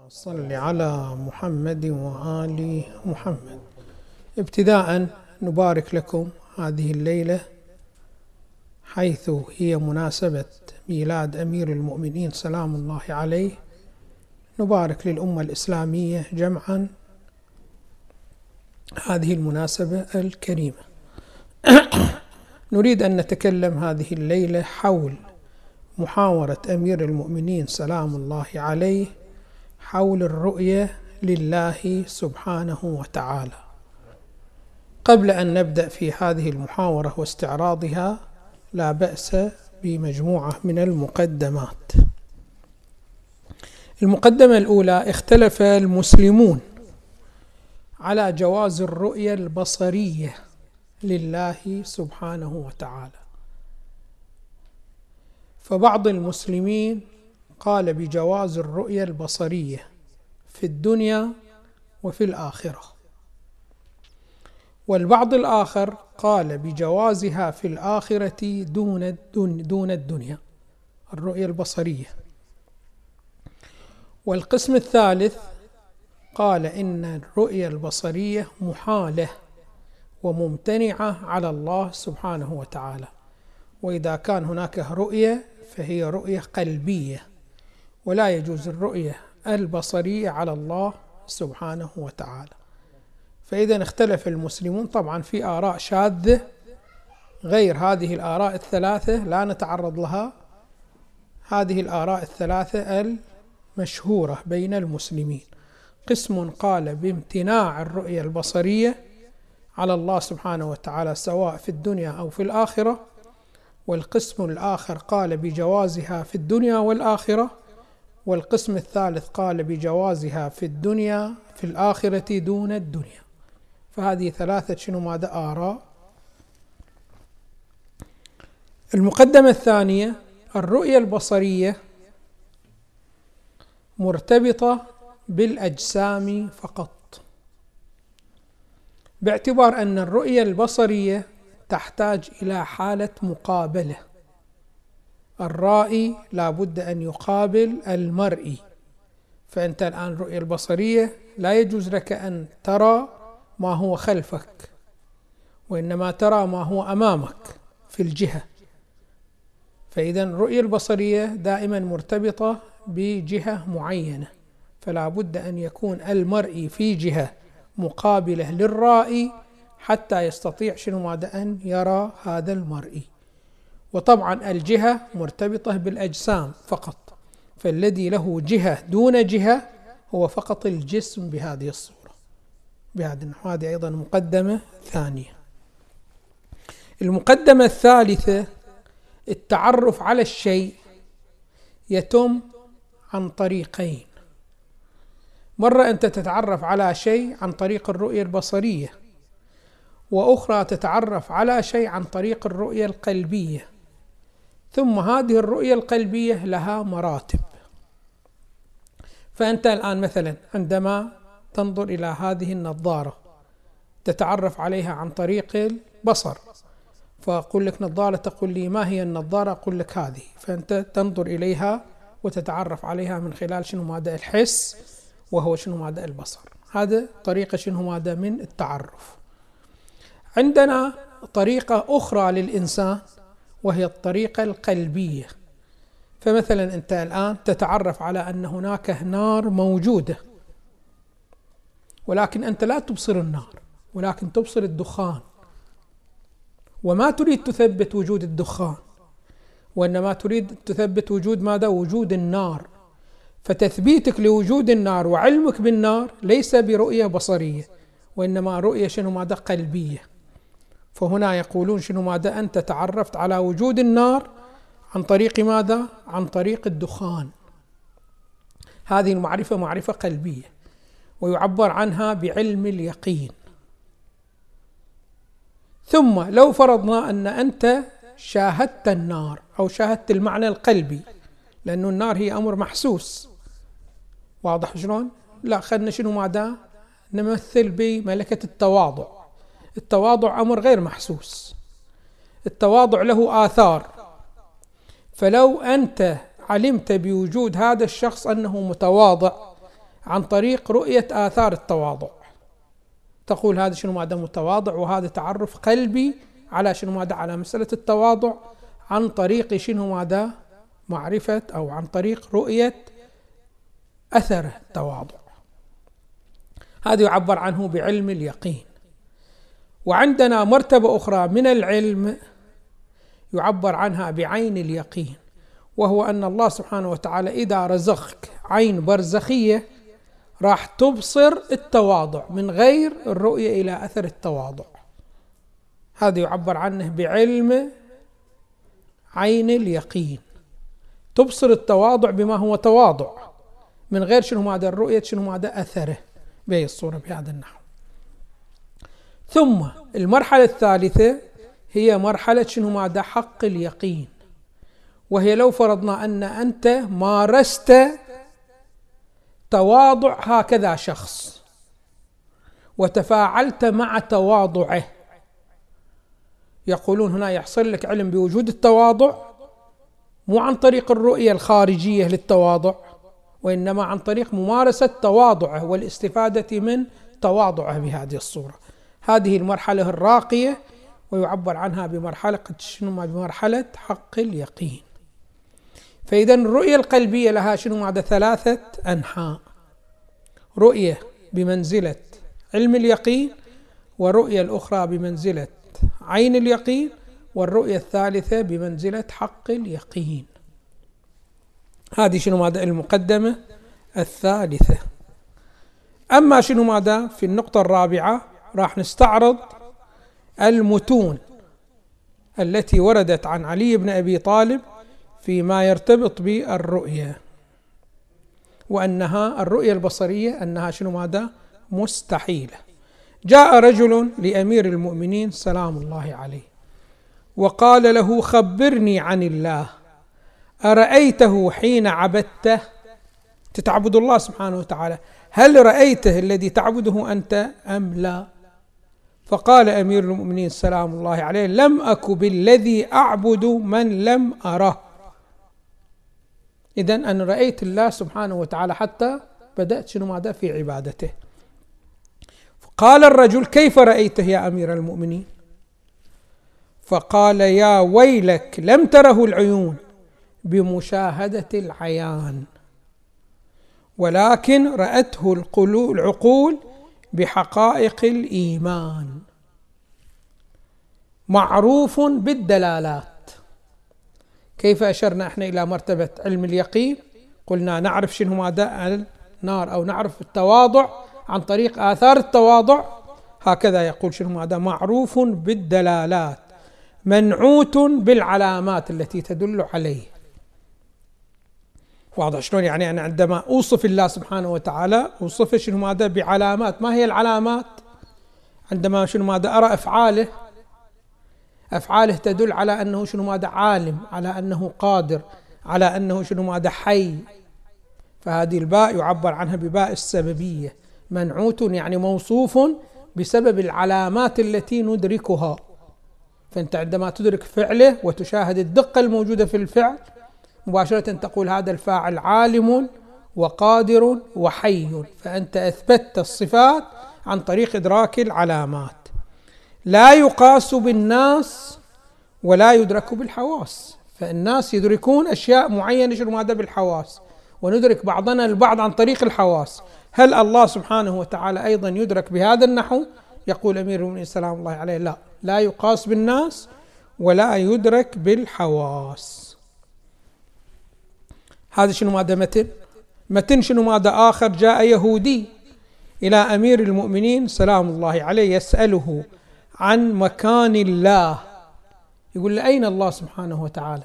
صل على محمد وآل محمد. ابتداء نبارك لكم هذه الليلة حيث هي مناسبة ميلاد أمير المؤمنين سلام الله عليه. نبارك للأمة الإسلامية جمعا هذه المناسبة الكريمة. نريد أن نتكلم هذه الليلة حول محاورة أمير المؤمنين سلام الله عليه حول الرؤية لله سبحانه وتعالى. قبل أن نبدأ في هذه المحاورة واستعراضها لا بأس بمجموعة من المقدمات. المقدمة الأولى: اختلف المسلمون على جواز الرؤية البصرية لله سبحانه وتعالى، فبعض المسلمين قال بجواز الرؤية البصرية في الدنيا وفي الآخرة، والبعض الآخر قال بجوازها في الآخرة دون الدنيا، الرؤية البصرية. والقسم الثالث قال إن الرؤية البصرية محالة وممتنعة على الله سبحانه وتعالى، وإذا كان هناك رؤية فهي رؤية قلبية، ولا يجوز الرؤية البصرية على الله سبحانه وتعالى. فإذا اختلف المسلمون طبعا في آراء شاذة غير هذه الآراء الثلاثة، لا نتعرض لها. هذه الآراء الثلاثة المشهورة بين المسلمين: قسم قال بامتناع الرؤية البصرية على الله سبحانه وتعالى سواء في الدنيا أو في الآخرة، والقسم الآخر قال بجوازها في الدنيا والآخرة، والقسم الثالث قال بجوازها في الدنيا في الآخرة دون الدنيا. فهذه ثلاثة آراء. المقدمة الثانية: الرؤية البصرية مرتبطة بالأجسام فقط، باعتبار أن الرؤية البصرية تحتاج إلى حالة مقابلة. الرائي لا بد أن يقابل المرئي، فأنت الآن الرؤية البصرية لا يجوز لك أن ترى ما هو خلفك، وإنما ترى ما هو أمامك في الجهة. فإذا الرؤية البصرية دائما مرتبطة بجهة معينة، فلا بد أن يكون المرئي في جهة مقابلة للرائي حتى يستطيع أن يرى هذا المرئي. وطبعا الجهة مرتبطة بالأجسام فقط، فالذي له جهة دون جهة هو فقط الجسم بهذه الصورة. هذه أيضا مقدمة ثانية. المقدمة الثالثة: التعرف على الشيء يتم عن طريقين. مرة أنت تتعرف على شيء عن طريق الرؤية البصرية، وأخرى تتعرف على شيء عن طريق الرؤية القلبية. ثم هذه الرؤية القلبية لها مراتب. فأنت الآن مثلا عندما تنظر إلى هذه النظارة تتعرف عليها عن طريق البصر، فأقول لك نظارة، تقول لي ما هي النظارة؟ أقول لك هذه، فأنت تنظر إليها وتتعرف عليها من خلال ماذا؟ الحس، وهو ماذا؟ البصر. هذا طريقة ماذا؟ من التعرف. عندنا طريقة أخرى للإنسان وهي الطريقة القلبية. فمثلا أنت الآن تتعرف على أن هناك نار موجودة، ولكن أنت لا تبصر النار، ولكن تبصر الدخان، وما تريد تثبت وجود الدخان، وإنما تريد تثبت وجود ماذا؟ وجود النار. فتثبيتك لوجود النار وعلمك بالنار ليس برؤية بصرية، وإنما رؤية ماذا؟ قلبية. فهنا يقولون ماذا؟ أنت تعرفت على وجود النار عن طريق ماذا؟ عن طريق الدخان. هذه المعرفة معرفة قلبية، ويعبر عنها بعلم اليقين. ثم لو فرضنا أن أنت شاهدت النار أو شاهدت المعنى القلبي، لأن النار هي أمر محسوس، واضح شلون؟ لا، خلنا ماذا؟ نمثل بملكة التواضع. التواضع أمر غير محسوس، التواضع له آثار. فلو أنت علمت بوجود هذا الشخص أنه متواضع، عن طريق رؤية آثار التواضع. تقول هذا شنو ماذا متواضع، وهذا تعرف قلبي على شنو ماذا على مسألة التواضع عن طريق شنو ماذا معرفة أو عن طريق رؤية أثر التواضع. هذا يعبر عنه بعلم اليقين. وعندنا مرتبة أخرى من العلم يعبر عنها بعين اليقين، وهو أن الله سبحانه وتعالى إذا رزقك عين برزخية راح تبصر التواضع من غير الرؤية إلى أثر التواضع. هذا يعبر عنه بعلم عين اليقين، تبصر التواضع بما هو تواضع من غير شنو ماذا الرؤية شنو ماذا أثره بهذه الصورة بهذا النحو. ثم المرحلة الثالثة هي مرحلة شنو ماذا حق اليقين، وهي لو فرضنا أن أنت مارست تواضع هكذا شخص وتفاعلت مع تواضعه، يقولون هنا يحصل لك علم بوجود التواضع مو عن طريق الرؤية الخارجية للتواضع، وإنما عن طريق ممارسة تواضعه والاستفادة من تواضعه بهذه الصورة. هذه المرحلة الراقية ويعبر عنها بمرحلة حق اليقين. فإذا الرؤية القلبية لها شنو ماذا ثلاثة أنحاء: رؤية بمنزلة علم اليقين، ورؤية الأخرى بمنزلة عين اليقين، والرؤية الثالثة بمنزلة حق اليقين. هذه شنو ماذا المقدمة الثالثة. أما شنو ماذا في النقطة الرابعة راح نستعرض المتون التي وردت عن علي بن أبي طالب فيما يرتبط بالرؤية، وأنها الرؤية البصرية أنها شنو ماذا مستحيلة. جاء رجل لأمير المؤمنين سلام الله عليه وقال له: خبرني عن الله، أرأيته حين عبدته؟ تتعبد الله سبحانه وتعالى، هل رأيته الذي تعبده أنت أم لا؟ فقال أمير المؤمنين سلام الله عليه: لم أك بالذي أعبد من لم أره. إذن أنا رأيت الله سبحانه وتعالى حتى بدأت شنو ماذا في عبادته. قال الرجل: كيف رأيته يا أمير المؤمنين؟ فقال: يا ويلك، لم تره العيون بمشاهدة العيان، ولكن رأته العقول بحقائق الإيمان، معروف بالدلالات. كيف أشرنا احنا إلى مرتبة علم اليقين؟ قلنا نعرف شنو ماذا النار أو نعرف التواضع عن طريق آثار التواضع. هكذا يقول شنو ماذا معروف بالدلالات، منعوت بالعلامات التي تدل عليه. واضح شلون؟ يعني أنا عندما أوصف الله سبحانه وتعالى أوصفه شنو ماذا بعلامات. ما هي العلامات؟ عندما شنو ماذا أرى أفعاله تدل على أنه شنو ماذا عالم، على أنه قادر، على أنه شنو ماذا حي. فهذه الباء يعبر عنها بباء السببية، منعوت يعني موصوف بسبب العلامات التي ندركها. فأنت عندما تدرك فعله وتشاهد الدقة الموجودة في الفعل مباشرة تقول هذا الفاعل عالم وقادر وحي، فأنت أثبتت الصفات عن طريق إدراك العلامات. لا يقاس بالناس ولا يدرك بالحواس، فالناس يدركون أشياء معينة شنو ماذا بالحواس، وندرك بعضنا البعض عن طريق الحواس. هل الله سبحانه وتعالى أيضا يدرك بهذا النحو؟ يقول أمير المؤمنين سلام الله عليه: لا يقاس بالناس ولا يدرك بالحواس. هذا شنو ماذا متن شنو ماذا آخر: جاء يهودي إلى أمير المؤمنين سلام الله عليه يسأله عن مكان الله، يقول له: أين الله سبحانه وتعالى؟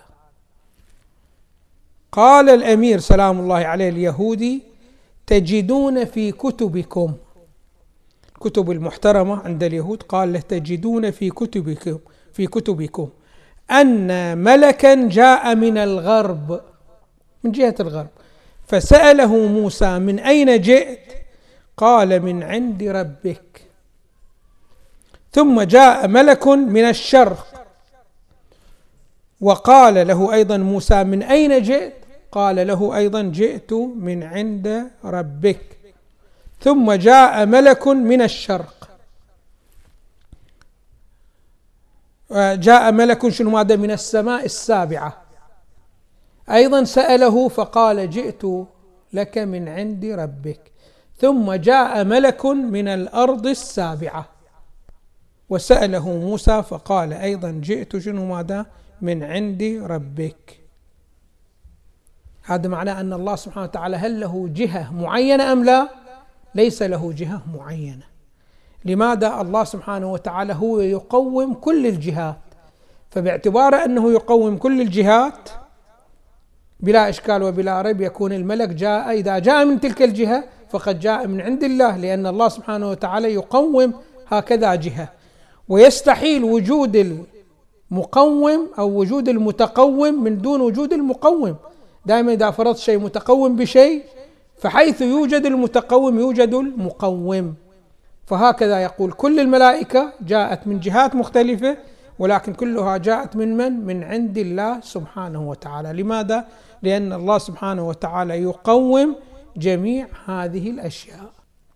قال الأمير سلام الله عليه اليهودي: تجدون في كتبكم، الكتب المحترمة عند اليهود، قال له: تجدون في كتبكم أن ملكا جاء من الغرب، من جهة الغرب، فسأله موسى: من أين جئت؟ قال: من عند ربك. ثم جاء ملك من الشرق وقال له أيضا موسى: من أين جئت؟ قال له أيضا: جئت من عند ربك. ثم جاء ملك من الشرق. جاء ملك شنو ماذا من السماء السابعة أيضا سأله فقال جئت لك من عند ربك. ثم جاء ملك من الأرض السابعة وسأله موسى فقال أيضا جئت شنو ماذا من عند ربك. هذا معناه أن الله سبحانه وتعالى هل له جهة معينة أم لا؟ ليس له جهة معينة. لماذا؟ الله سبحانه وتعالى هو يقوم كل الجهات، فباعتبار أنه يقوم كل الجهات بلا إشكال وبلا ريب يكون الملك جاء، إذا جاء من تلك الجهة فقد جاء من عند الله، لأن الله سبحانه وتعالى يقوم هكذا جهة. ويستحيل وجود المقوم أو وجود المتقوم من دون وجود المقوم. دائما إذا فرضت شيء متقوم بشيء فحيث يوجد المتقوم يوجد المقوم. فهكذا يقول كل الملائكة جاءت من جهات مختلفة، ولكن كلها جاءت من عند الله سبحانه وتعالى. لماذا؟ لأن الله سبحانه وتعالى يقوم جميع هذه الأشياء.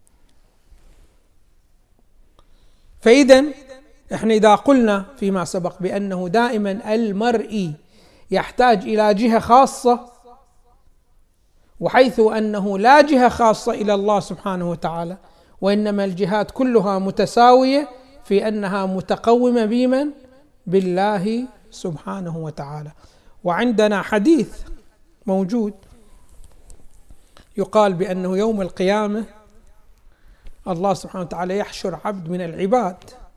فإذا احنا إذا قلنا فيما سبق بأنه دائما المرئي يحتاج إلى جهة خاصة، وحيث أنه لا جهة خاصة إلى الله سبحانه وتعالى، وإنما الجهات كلها متساوية في أنها متقومة بمن؟ بالله سبحانه وتعالى. وعندنا حديث موجود يقال بأنه يوم القيامة الله سبحانه وتعالى يحشر عبد من العباد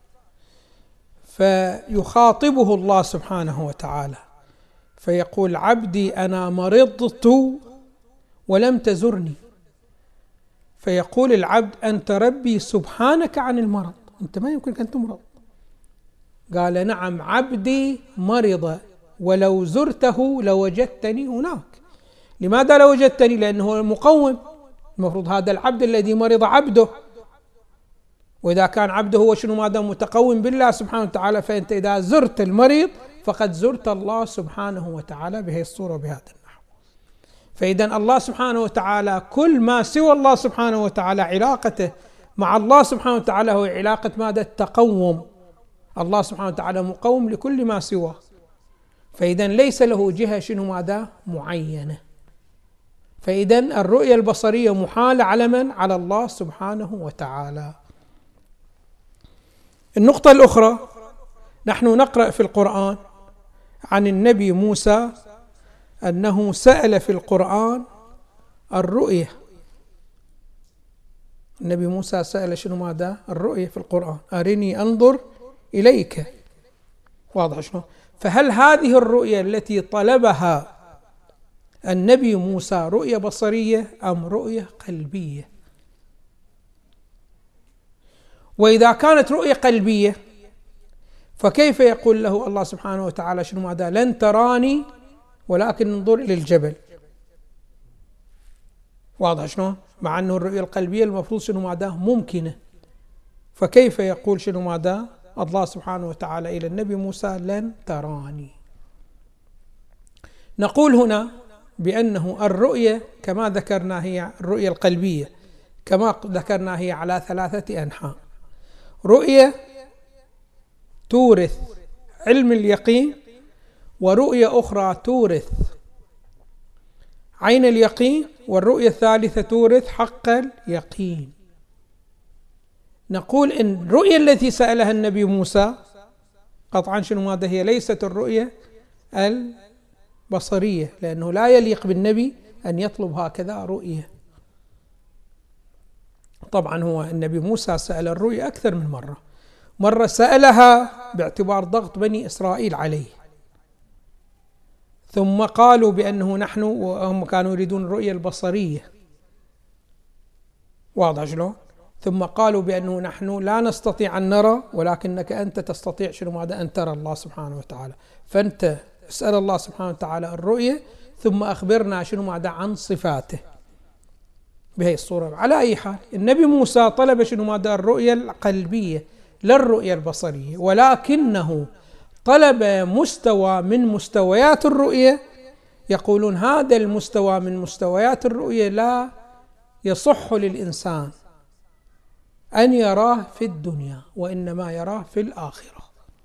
فيخاطبه الله سبحانه وتعالى فيقول عبدي أنا مرضت ولم تزرني، فيقول العبد أنت ربي سبحانك عن المرض، أنت ما يمكنك أن تمرض. قال نعم عبدي مرض ولو زرته لوجدتني هناك. لماذا لوجدتني؟ لأنه المقوم، المفروض هذا العبد الذي مرض عبده، وإذا كان عبده هو شنو ماذا متقوم بالله سبحانه وتعالى، فأنت إذا زرت المريض فقد زرت الله سبحانه وتعالى بهذه الصورة وبهذا النحو. فإذا الله سبحانه وتعالى كل ما سوى الله سبحانه وتعالى علاقته مع الله سبحانه وتعالى هو علاقة ماذا؟ التقوم. الله سبحانه وتعالى مقوم لكل ما سواه، فإذا ليس له جهة شنو ماذا؟ معينة. فإذا الرؤية البصرية محالة على من؟ على الله سبحانه وتعالى. النقطة الأخرى، نحن نقرأ في القرآن عن النبي موسى أنه سأل في القرآن الرؤية. النبي موسى سأل شنو ماذا؟ الرؤية في القرآن، أرني أنظر إليك. واضح شنو؟ فهل هذه الرؤية التي طلبها النبي موسى رؤية بصرية أم رؤية قلبية؟ وإذا كانت رؤية قلبية فكيف يقول له الله سبحانه وتعالى شنو ماذا؟ لن تراني ولكن انظر إلى الجبل. واضح شنو؟ مع أنه الرؤية القلبية المفروض شنو ماذا؟ ممكنة. فكيف يقول شنو ماذا؟ الله سبحانه وتعالى إلى النبي موسى لن تراني. نقول هنا بأنه الرؤية كما ذكرنا هي الرؤية القلبية كما ذكرنا هي على 3 أنحاء. رؤية تورث علم اليقين، ورؤية أخرى تورث عين اليقين، والرؤية الثالثة تورث حق اليقين. نقول إن الرؤية التي سألها النبي موسى قطعا شنو ماذا؟ هي ليست الرؤية البصرية، لأنه لا يليق بالنبي أن يطلب هكذا رؤية. طبعا هو النبي موسى سأل الرؤية أكثر من مرة. مرة سألها باعتبار ضغط بني إسرائيل عليه، ثم قالوا بأنه نحن، وهم كانوا يريدون الرؤية البصرية. واضح شلون؟ ثم قالوا بأنه نحن لا نستطيع أن نرى، ولكنك أنت تستطيع شنو ماذا؟ أن ترى الله سبحانه وتعالى. فأنت اسأل الله سبحانه وتعالى الرؤية ثم أخبرنا شنو ماذا؟ عن صفاته بهذه الصورة. على أي حال النبي موسى طلب شنو ماذا؟ الرؤية القلبية لا الرؤية البصرية، ولكنه طلب مستوى من مستويات الرؤية. يقولون هذا المستوى من مستويات الرؤية لا يصح للإنسان أن يراه في الدنيا، وإنما يراه في الآخرة.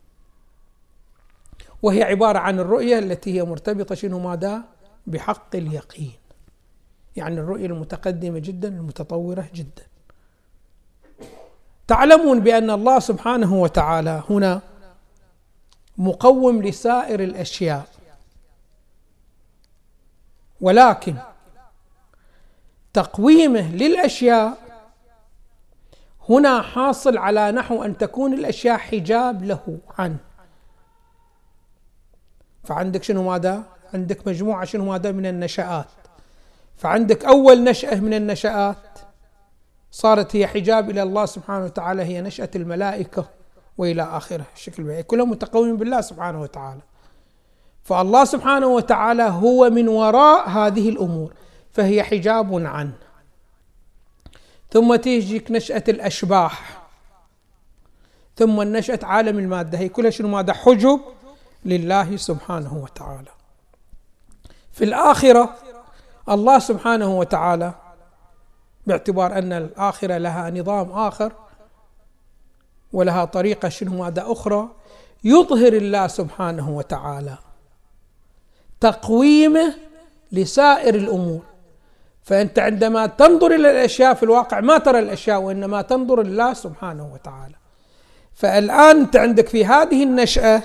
وهي عبارة عن الرؤية التي هي مرتبطة شنو ماذا؟ بحق اليقين، يعني الرؤية المتقدمة جدا المتطورة جدا. تعلمون بأن الله سبحانه وتعالى هنا مقوم لسائر الأشياء، ولكن تقويمه للأشياء هنا حاصل على نحو أن تكون الأشياء حجاب له عنه. فعندك شنو ماذا؟ عندك مجموعة شنو ماذا من النشآت. فعندك أول نشأة من النشآت صارت هي حجاب إلى الله سبحانه وتعالى، هي نشأة الملائكة وإلى آخره، الشكل بعيد كلهم متقومين بالله سبحانه وتعالى. فالله سبحانه وتعالى هو من وراء هذه الأمور، فهي حجاب عنه. ثم تيجيك نشأة الأشباح، ثم نشأة عالم المادة، هي كلها شنو ماذا؟ حجب لله سبحانه وتعالى. في الآخرة الله سبحانه وتعالى باعتبار أن الآخرة لها نظام آخر ولها طريقة شنو ماذا أخرى، يظهر الله سبحانه وتعالى تقويمه لسائر الأمور. فأنت عندما تنظر إلى الأشياء في الواقع ما ترى الأشياء، وإنما تنظر الله سبحانه وتعالى. فالآن أنت عندك في هذه النشأة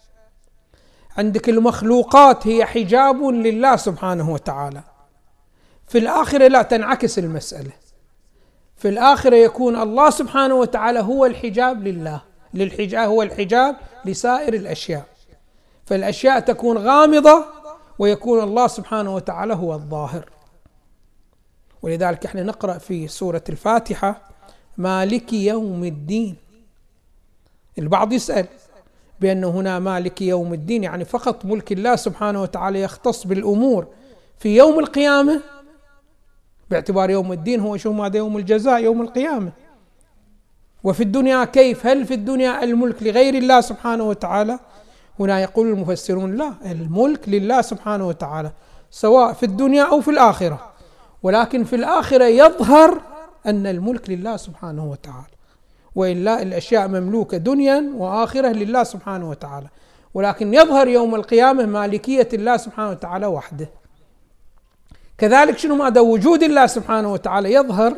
عندك المخلوقات هي حجاب لله سبحانه وتعالى. في الآخرة لا، تنعكس المسألة. في الآخرة يكون الله سبحانه وتعالى هو الحجاب لله، هو الحجاب لسائر الأشياء. فالأشياء تكون غامضة ويكون الله سبحانه وتعالى هو الظاهر. ولذلك احنا نقرأ في سورة الفاتحة مالك يوم الدين. البعض يسأل بأن هنا مالك يوم الدين يعني فقط ملك الله سبحانه وتعالى يختص بالأمور في يوم القيامة، باعتبار يوم الدين هو شو ماذا؟ يوم الجزاء، يوم القيامة. وفي الدنيا كيف؟ هل في الدنيا الملك لغير الله سبحانه وتعالى؟ هنا يقول المفسرون لا، الملك لله سبحانه وتعالى سواء في الدنيا أو في الآخرة، ولكن في الآخرة يظهر أن الملك لله سبحانه وتعالى، وإلا الأشياء مملوكة دنيا وآخرة لله سبحانه وتعالى، ولكن يظهر يوم القيامة مالكية الله سبحانه وتعالى وحده. كذلك شنو ماذا؟ وجود الله سبحانه وتعالى يظهر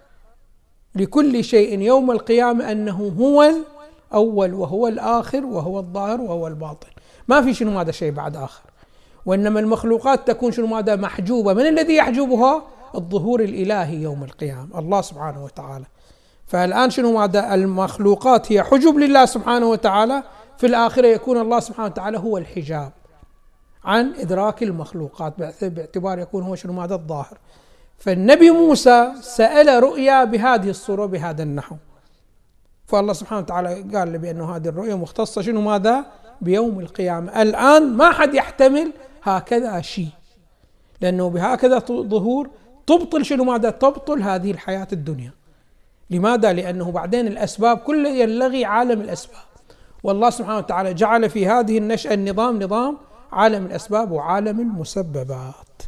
لكل شيء يوم القيامة أنه هو الأول وهو الآخر وهو الظاهر وهو الباطن، ما في شنو ماذا شيء بعد آخر. وإنما المخلوقات تكون شنو ماذا؟ محجوبة. من الذي يحجبها؟ الظهور الإلهي يوم القيامة، الله سبحانه وتعالى. فالآن شنو ماذا؟ المخلوقات هي حجب لله سبحانه وتعالى، في الآخرة يكون الله سبحانه وتعالى هو الحجاب عن إدراك المخلوقات، باعتبار يكون هو شنو ماذا؟ الظاهر. فالنبي موسى سأل رؤيا بهذه الصورة بهذا النحو، فالله سبحانه وتعالى قال بأنه هذه الرؤيا مختصة شنو ماذا؟ بيوم القيامة. الآن ما حد يحتمل هكذا شيء، لأنه بهكذا ظهور تبطل شنو ماذا؟ تبطل هذه الحياة الدنيا. لماذا؟ لأنه بعدين الأسباب كلها يلغي عالم الأسباب، والله سبحانه وتعالى جعل في هذه النشأة النظام نظام عالم الأسباب وعالم المسببات.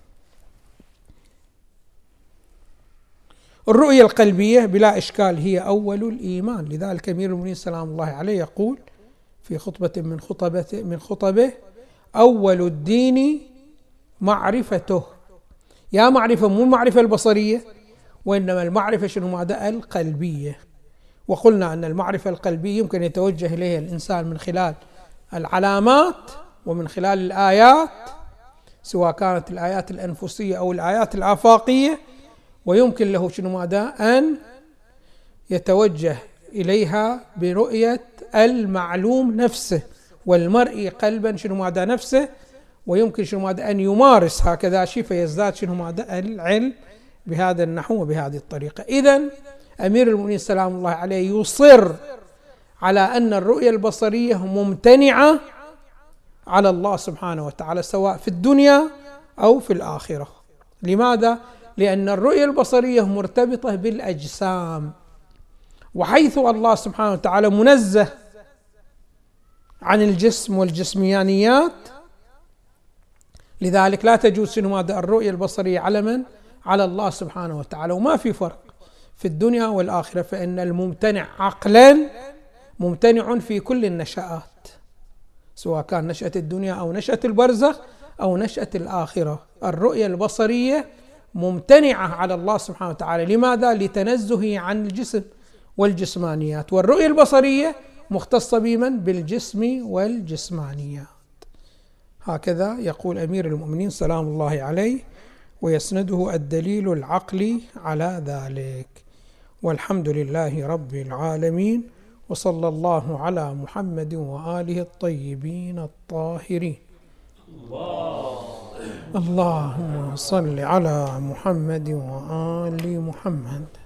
الرؤية القلبية بلا إشكال هي أول الإيمان. لذلك أمير المؤمنين سلام الله عليه يقول في خطبة من خطبه أول الدين معرفته. يا معرفة، مو المعرفة البصرية، وإنما المعرفة شنو ماذا؟ القلبية. وقلنا أن المعرفة القلبية يمكن يتوجه إليها الإنسان من خلال العلامات ومن خلال الآيات، سواء كانت الآيات الأنفسية أو الآيات الآفاقية، ويمكن له شنو ماذا؟ أن يتوجه إليها برؤية المعلوم نفسه، والمرء قلبا شنو ماذا؟ نفسه. ويمكن شنو ماذا؟ أن يمارس هكذا شيء فيزداد شنو ماذا؟ العلم بهذا النحو وبهذه الطريقة. إذن أمير المؤمنين سلام الله عليه يصر على أن الرؤية البصرية ممتنعة على الله سبحانه وتعالى سواء في الدنيا أو في الآخرة. لماذا؟ لأن الرؤية البصرية مرتبطة بالأجسام، وحيث الله سبحانه وتعالى منزه عن الجسم والجسميانيات، لذلك لا تجوز شنو ماذا؟ الرؤية البصرية على من؟ على الله سبحانه وتعالى. وما في فرق في الدنيا والآخرة، فإن الممتنع عقلا ممتنع في كل النشآت، سواء كان نشأة الدنيا أو نشأة البرزخ أو نشأة الآخرة. الرؤية البصرية ممتنعة على الله سبحانه وتعالى. لماذا؟ لتنزهه عن الجسم والجسمانيات. والرؤية البصرية مختصة بمن؟ بالجسم والجسمانيات. هكذا يقول أمير المؤمنين سلام الله عليه، ويسنده الدليل العقلي على ذلك. والحمد لله رب العالمين، وصلى الله على محمد وآله الطيبين الطاهرين. اللهم صل على محمد وآل محمد.